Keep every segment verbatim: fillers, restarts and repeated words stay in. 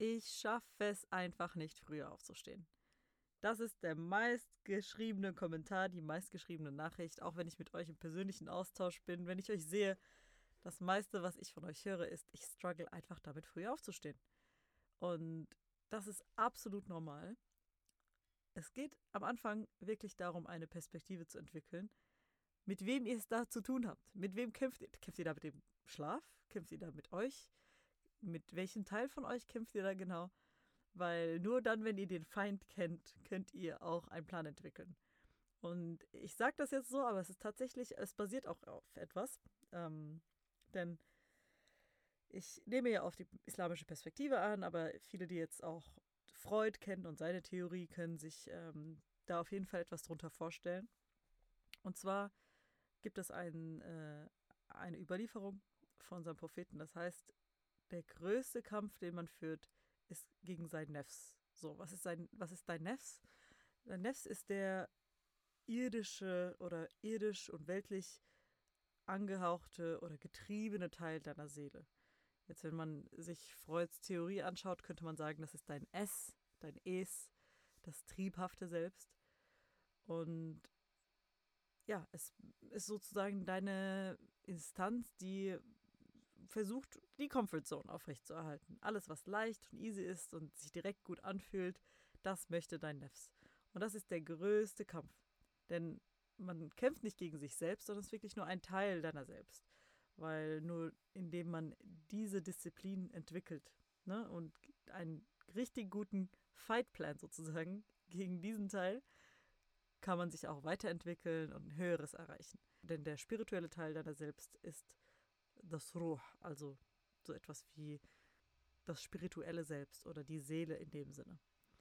Ich schaffe es einfach nicht, früher aufzustehen. Das ist der meistgeschriebene Kommentar, die meistgeschriebene Nachricht, auch wenn ich mit euch im persönlichen Austausch bin. Wenn ich euch sehe, das meiste, was ich von euch höre, ist, ich struggle einfach damit, früher aufzustehen. Und das ist absolut normal. Es geht am Anfang wirklich darum, eine Perspektive zu entwickeln, mit wem ihr es da zu tun habt. Mit wem kämpft ihr? Kämpft ihr da mit dem Schlaf? Kämpft ihr da mit euch? Mit welchem Teil von euch kämpft ihr da genau? Weil nur dann, wenn ihr den Feind kennt, könnt ihr auch einen Plan entwickeln. Und ich sage das jetzt so, aber es ist tatsächlich, es basiert auch auf etwas. Ähm, denn ich nehme ja auf die islamische Perspektive an, aber viele, die jetzt auch Freud kennen und seine Theorie, können sich ähm, da auf jeden Fall etwas drunter vorstellen. Und zwar gibt es ein, äh, eine Überlieferung von unserem Propheten. Das heißt, der größte Kampf, den man führt, ist gegen sein Nefs. So, was ist, sein, was ist dein Nefs? Dein Nefs ist der irdische oder irdisch und weltlich angehauchte oder getriebene Teil deiner Seele. Jetzt, wenn man sich Freuds Theorie anschaut, könnte man sagen, das ist dein Es, dein Es, das triebhafte Selbst. Und ja, es ist sozusagen deine Instanz, die versucht, die Comfortzone aufrechtzuerhalten. Alles, was leicht und easy ist und sich direkt gut anfühlt, das möchte dein Nefs. Und das ist der größte Kampf. Denn man kämpft nicht gegen sich selbst, sondern es ist wirklich nur ein Teil deiner selbst. Weil nur indem man diese Disziplin entwickelt, ne, und einen richtig guten Fightplan sozusagen gegen diesen Teil, kann man sich auch weiterentwickeln und ein Höheres erreichen. Denn der spirituelle Teil deiner selbst ist das Ruh, also so etwas wie das spirituelle Selbst oder die Seele in dem Sinne.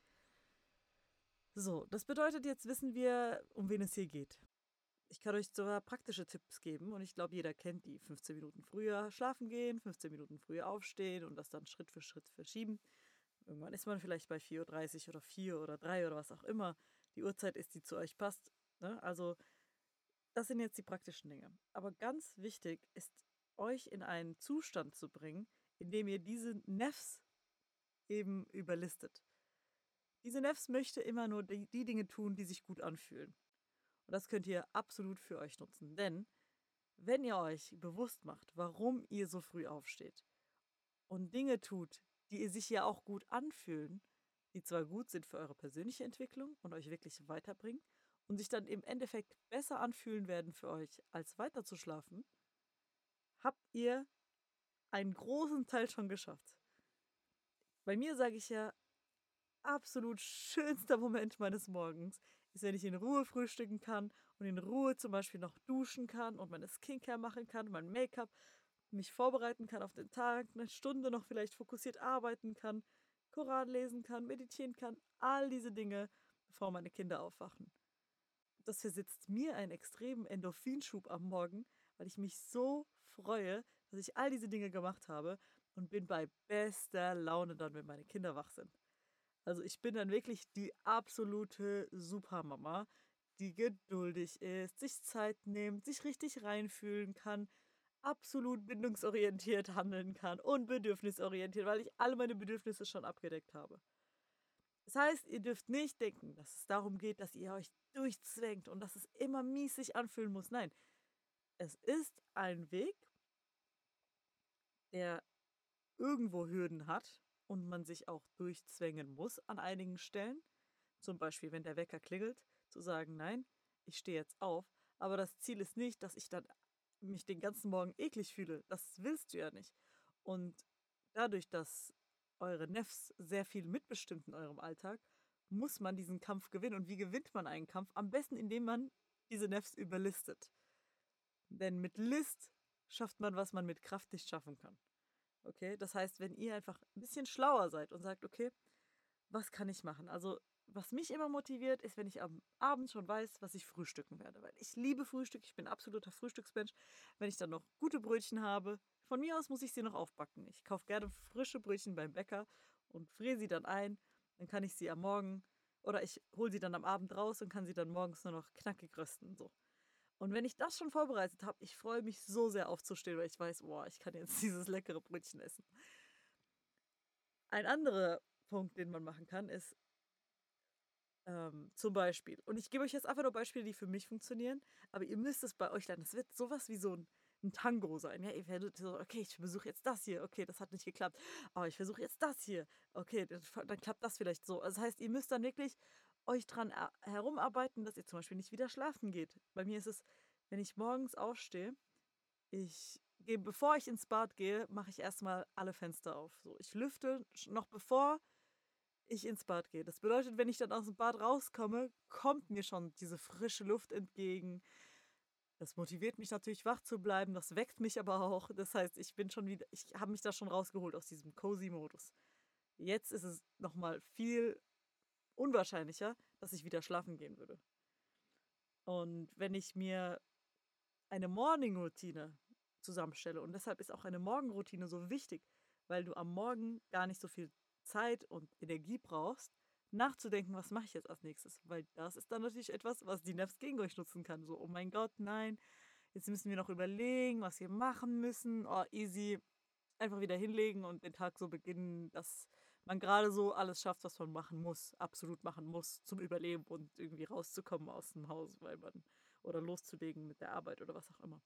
So, das bedeutet, jetzt wissen wir, um wen es hier geht. Ich kann euch sogar praktische Tipps geben und ich glaube, jeder kennt die. fünfzehn Minuten früher schlafen gehen, fünfzehn Minuten früher aufstehen und das dann Schritt für Schritt verschieben. Irgendwann ist man vielleicht bei vier Uhr dreißig oder vier oder drei oder was auch immer die Uhrzeit ist, die zu euch passt. Ne? Also das sind jetzt die praktischen Dinge. Aber ganz wichtig ist, euch in einen Zustand zu bringen, in dem ihr diese Nefs eben überlistet. Diese Nefs möchte immer nur die, die Dinge tun, die sich gut anfühlen. Und das könnt ihr absolut für euch nutzen. Denn wenn ihr euch bewusst macht, warum ihr so früh aufsteht und Dinge tut, die ihr sich ja auch gut anfühlen, die zwar gut sind für eure persönliche Entwicklung und euch wirklich weiterbringen und sich dann im Endeffekt besser anfühlen werden für euch, als weiter zu schlafen, habt ihr einen großen Teil schon geschafft. Bei mir sage ich ja, absolut schönster Moment meines Morgens ist, wenn ich in Ruhe frühstücken kann und in Ruhe zum Beispiel noch duschen kann und meine Skincare machen kann, mein Make-up, mich vorbereiten kann auf den Tag, eine Stunde noch vielleicht fokussiert arbeiten kann, Koran lesen kann, meditieren kann, all diese Dinge, bevor meine Kinder aufwachen. Das versetzt mir einen extremen Endorphinschub am Morgen, weil ich mich so freue, dass ich all diese Dinge gemacht habe und bin bei bester Laune dann, wenn meine Kinder wach sind. Also ich bin dann wirklich die absolute Supermama, die geduldig ist, sich Zeit nimmt, sich richtig reinfühlen kann, absolut bindungsorientiert handeln kann und bedürfnisorientiert, weil ich alle meine Bedürfnisse schon abgedeckt habe. Das heißt, ihr dürft nicht denken, dass es darum geht, dass ihr euch durchzwängt und dass es immer mies sich anfühlen muss. Nein, es ist ein Weg, der irgendwo Hürden hat und man sich auch durchzwängen muss an einigen Stellen. Zum Beispiel, wenn der Wecker klingelt, zu sagen, nein, ich stehe jetzt auf. Aber das Ziel ist nicht, dass ich dann mich den ganzen Morgen eklig fühle. Das willst du ja nicht. Und dadurch, dass eure Nefs sehr viel mitbestimmt in eurem Alltag, muss man diesen Kampf gewinnen. Und wie gewinnt man einen Kampf? Am besten, indem man diese Nefs überlistet. Denn mit List schafft man, was man mit Kraft nicht schaffen kann. Okay, das heißt, wenn ihr einfach ein bisschen schlauer seid und sagt, okay, was kann ich machen? Also, was mich immer motiviert, ist, wenn ich am Abend schon weiß, was ich frühstücken werde. Weil ich liebe Frühstück, ich bin ein absoluter Frühstücksmensch. Wenn ich dann noch gute Brötchen habe, von mir aus muss ich sie noch aufbacken. Ich kaufe gerne frische Brötchen beim Bäcker und friere sie dann ein. Dann kann ich sie am Morgen oder ich hole sie dann am Abend raus und kann sie dann morgens nur noch knackig rösten. So. Und wenn ich das schon vorbereitet habe, ich freue mich so sehr aufzustehen, weil ich weiß, boah, ich kann jetzt dieses leckere Brötchen essen. Ein anderer Punkt, den man machen kann, ist ähm, zum Beispiel, und ich gebe euch jetzt einfach nur Beispiele, die für mich funktionieren, aber ihr müsst es bei euch lernen. Es wird sowas wie so ein, ein Tango sein. Ja? Ihr werdet so, okay, ich versuche jetzt das hier, okay, das hat nicht geklappt. Aber ich versuche jetzt das hier, okay, das, dann klappt das vielleicht so. Also das heißt, ihr müsst dann wirklich euch dran er- herumarbeiten, dass ihr zum Beispiel nicht wieder schlafen geht. Bei mir ist es, wenn ich morgens aufstehe, ich gehe, bevor ich ins Bad gehe, mache ich erstmal alle Fenster auf. So, ich lüfte sch- noch bevor ich ins Bad gehe. Das bedeutet, wenn ich dann aus dem Bad rauskomme, kommt mir schon diese frische Luft entgegen. Das motiviert mich natürlich, wach zu bleiben. Das weckt mich aber auch. Das heißt, ich bin schon wieder, ich habe mich da schon rausgeholt aus diesem Cozy-Modus. Jetzt ist es nochmal viel unwahrscheinlicher, dass ich wieder schlafen gehen würde. Und wenn ich mir eine Morning-Routine zusammenstelle, und deshalb ist auch eine Morgenroutine so wichtig, weil du am Morgen gar nicht so viel Zeit und Energie brauchst, nachzudenken, was mache ich jetzt als nächstes, weil das ist dann natürlich etwas, was die Nerves gegen euch nutzen kann. So, oh mein Gott, nein, jetzt müssen wir noch überlegen, was wir machen müssen. Oh, easy, einfach wieder hinlegen und den Tag so beginnen, dass man gerade so alles schafft, was man machen muss, absolut machen muss, zum Überleben und irgendwie rauszukommen aus dem Haus, weil man oder loszulegen mit der Arbeit oder was auch immer.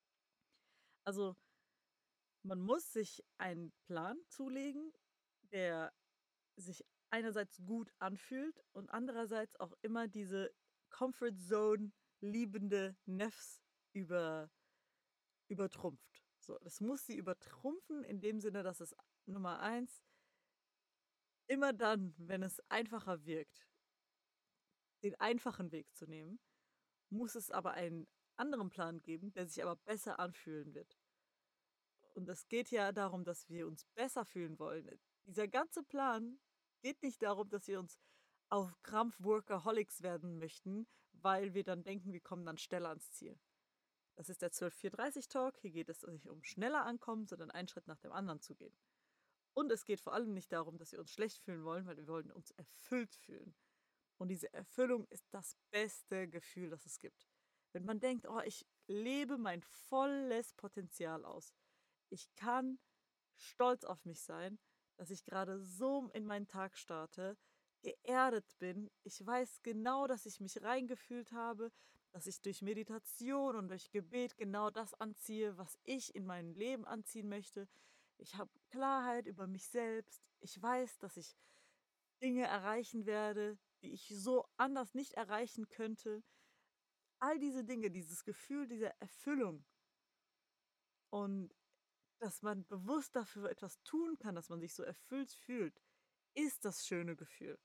Also man muss sich einen Plan zulegen, der sich einerseits gut anfühlt und andererseits auch immer diese Comfort Zone liebende Nefs über, übertrumpft. So, das muss sie übertrumpfen in dem Sinne, dass es Nummer eins immer dann, wenn es einfacher wirkt, den einfachen Weg zu nehmen, muss es aber einen anderen Plan geben, der sich aber besser anfühlen wird. Und es geht ja darum, dass wir uns besser fühlen wollen. Dieser ganze Plan geht nicht darum, dass wir uns auf Krampf Workaholics werden möchten, weil wir dann denken, wir kommen dann schneller ans Ziel. Das ist der zwölf vier dreißig Talk. Hier geht es nicht um schneller ankommen, sondern einen Schritt nach dem anderen zu gehen. Und es geht vor allem nicht darum, dass wir uns schlecht fühlen wollen, weil wir wollen uns erfüllt fühlen. Und diese Erfüllung ist das beste Gefühl, das es gibt. Wenn man denkt, oh, ich lebe mein volles Potenzial aus. Ich kann stolz auf mich sein, dass ich gerade so in meinen Tag starte, geerdet bin. Ich weiß genau, dass ich mich reingefühlt habe, dass ich durch Meditation und durch Gebet genau das anziehe, was ich in meinem Leben anziehen möchte. Ich habe Klarheit über mich selbst. Ich weiß, dass ich Dinge erreichen werde, die ich so anders nicht erreichen könnte. All diese Dinge, dieses Gefühl dieser Erfüllung und dass man bewusst dafür etwas tun kann, dass man sich so erfüllt fühlt, ist das schöne Gefühl,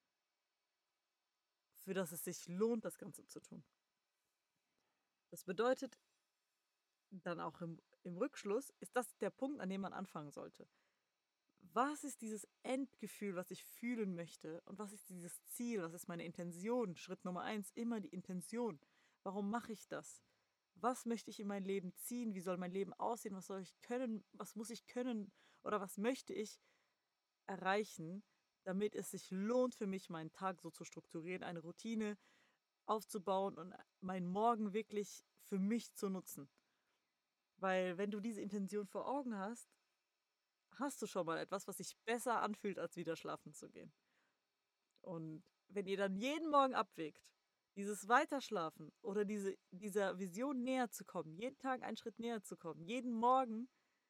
für das es sich lohnt, das Ganze zu tun. Das bedeutet dann auch im, im Rückschluss, ist das der Punkt, an dem man anfangen sollte. Was ist dieses Endgefühl, was ich fühlen möchte? Und was ist dieses Ziel? Was ist meine Intention? Schritt Nummer eins, immer die Intention. Warum mache ich das? Was möchte ich in mein Leben ziehen? Wie soll mein Leben aussehen? Was soll ich können? Was muss ich können? Oder was möchte ich erreichen, damit es sich lohnt für mich, meinen Tag so zu strukturieren, eine Routine aufzubauen und meinen Morgen wirklich für mich zu nutzen? Weil wenn du diese Intention vor Augen hast, hast du schon mal etwas, was sich besser anfühlt, als wieder schlafen zu gehen. Und wenn ihr dann jeden Morgen abwägt, dieses Weiterschlafen oder diese, dieser Vision näher zu kommen, jeden Tag einen Schritt näher zu kommen, jeden Morgen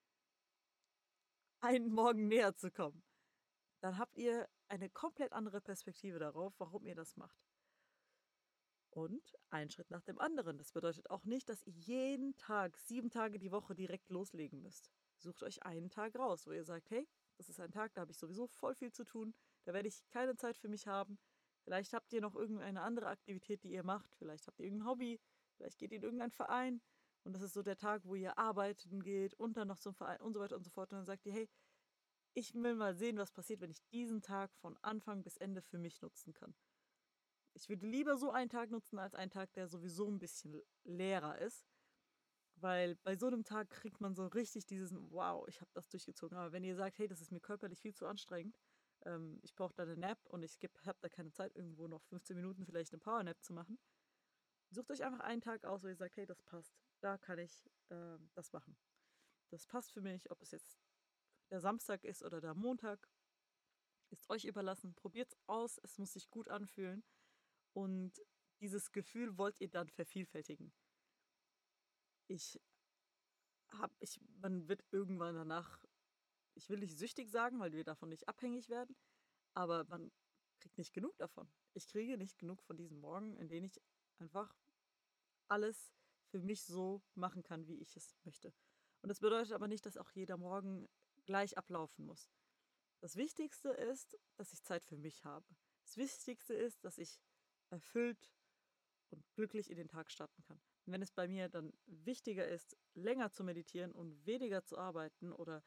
einen Morgen näher zu kommen, dann habt ihr eine komplett andere Perspektive darauf, warum ihr das macht. Und ein Schritt nach dem anderen. Das bedeutet auch nicht, dass ihr jeden Tag, sieben Tage die Woche direkt loslegen müsst. Sucht euch einen Tag raus, wo ihr sagt, hey, das ist ein Tag, da habe ich sowieso voll viel zu tun, da werde ich keine Zeit für mich haben. Vielleicht habt ihr noch irgendeine andere Aktivität, die ihr macht. Vielleicht habt ihr irgendein Hobby, vielleicht geht ihr in irgendeinen Verein. Und das ist so der Tag, wo ihr arbeiten geht und dann noch zum Verein und so weiter und so fort. Und dann sagt ihr, hey, ich will mal sehen, was passiert, wenn ich diesen Tag von Anfang bis Ende für mich nutzen kann. Ich würde lieber so einen Tag nutzen, als einen Tag, der sowieso ein bisschen leerer ist. Weil bei so einem Tag kriegt man so richtig diesen, wow, ich habe das durchgezogen. Aber wenn ihr sagt, hey, das ist mir körperlich viel zu anstrengend, ähm, ich brauche da eine Nap und ich habe da keine Zeit, irgendwo noch fünfzehn Minuten vielleicht eine Powernap zu machen, sucht euch einfach einen Tag aus, wo ihr sagt, hey, das passt. Da kann ich äh, das machen. Das passt für mich, ob es jetzt der Samstag ist oder der Montag. Ist euch überlassen. Probiert's aus. Es muss sich gut anfühlen. Und dieses Gefühl wollt ihr dann vervielfältigen. Ich hab, ich, man wird irgendwann danach, ich will nicht süchtig sagen, weil wir davon nicht abhängig werden, aber man kriegt nicht genug davon. Ich kriege nicht genug von diesen Morgen, in denen ich einfach alles für mich so machen kann, wie ich es möchte. Und das bedeutet aber nicht, dass auch jeder Morgen gleich ablaufen muss. Das Wichtigste ist, dass ich Zeit für mich habe. Das Wichtigste ist, dass ich erfüllt und glücklich in den Tag starten kann. Und wenn es bei mir dann wichtiger ist, länger zu meditieren und weniger zu arbeiten oder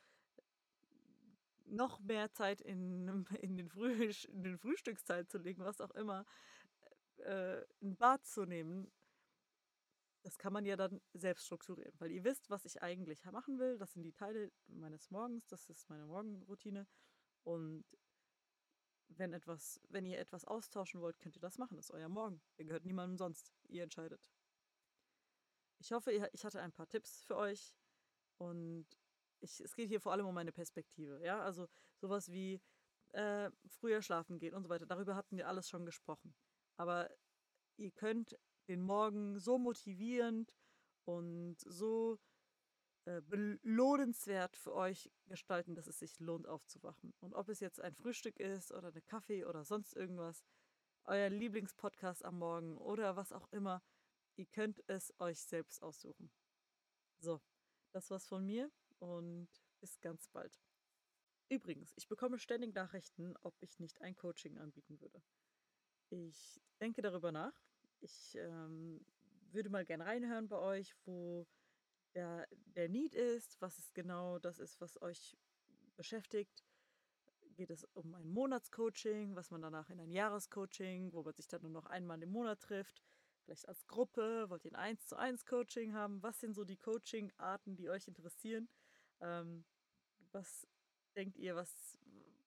noch mehr Zeit in, in, den, Früh, in den Frühstücksteil zu legen, was auch immer, äh, ein Bad zu nehmen, das kann man ja dann selbst strukturieren, weil ihr wisst, was ich eigentlich machen will. Das sind die Teile meines Morgens, das ist meine Morgenroutine. Und wenn etwas, wenn ihr etwas austauschen wollt, könnt ihr das machen. Das ist euer Morgen. Ihr gehört niemandem sonst. Ihr entscheidet. Ich hoffe, ihr, ich hatte ein paar Tipps für euch und ich, es geht hier vor allem um meine Perspektive. Ja, also sowas wie äh, früher schlafen gehen und so weiter. Darüber hatten wir alles schon gesprochen. Aber ihr könnt den Morgen so motivierend und so äh, belohnenswert für euch gestalten, dass es sich lohnt aufzuwachen. Und ob es jetzt ein Frühstück ist oder eine Kaffee oder sonst irgendwas, euer Lieblingspodcast am Morgen oder was auch immer, ihr könnt es euch selbst aussuchen. So, das war's von mir und bis ganz bald. Übrigens, ich bekomme ständig Nachrichten, ob ich nicht ein Coaching anbieten würde. Ich denke darüber nach. Ich ähm, würde mal gerne reinhören bei euch, wo der, der Need ist, was es genau das ist, was euch beschäftigt. Geht es um ein Monatscoaching, was man danach in ein Jahrescoaching, wo man sich dann nur noch einmal im Monat trifft, vielleicht als Gruppe, wollt ihr ein eins zu eins Coaching haben? Was sind so die Coaching-Arten, die euch interessieren? Ähm, was denkt ihr, was,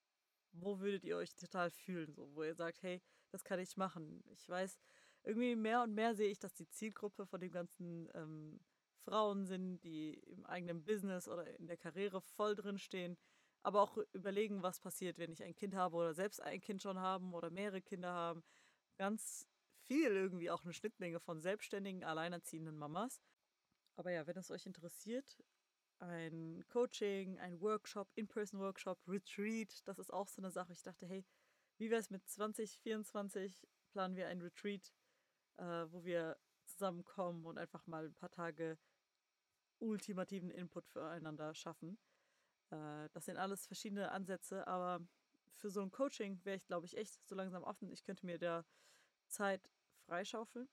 wo würdet ihr euch total fühlen, so, wo ihr sagt, hey, das kann ich machen. Ich weiß, irgendwie mehr und mehr sehe ich, dass die Zielgruppe von den ganzen ähm, Frauen sind, die im eigenen Business oder in der Karriere voll drin stehen, aber auch überlegen, was passiert, wenn ich ein Kind habe oder selbst ein Kind schon haben oder mehrere Kinder haben. Ganz viel irgendwie auch eine Schnittmenge von selbstständigen, alleinerziehenden Mamas. Aber ja, wenn es euch interessiert, ein Coaching, ein Workshop, In-Person-Workshop, Retreat, das ist auch so eine Sache. Ich dachte, hey, wie wäre es mit zwanzig vierundzwanzig? Planen wir ein Retreat, äh, wo wir zusammenkommen und einfach mal ein paar Tage ultimativen Input füreinander schaffen. Äh, das sind alles verschiedene Ansätze, aber für so ein Coaching wäre ich, glaube ich, echt so langsam offen. Ich könnte mir da Zeit freischaufeln.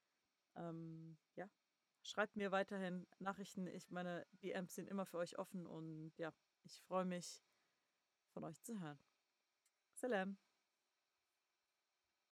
Ähm, ja, schreibt mir weiterhin Nachrichten. Ich meine, D Ms sind immer für euch offen und ja, ich freue mich, von euch zu hören. Salam.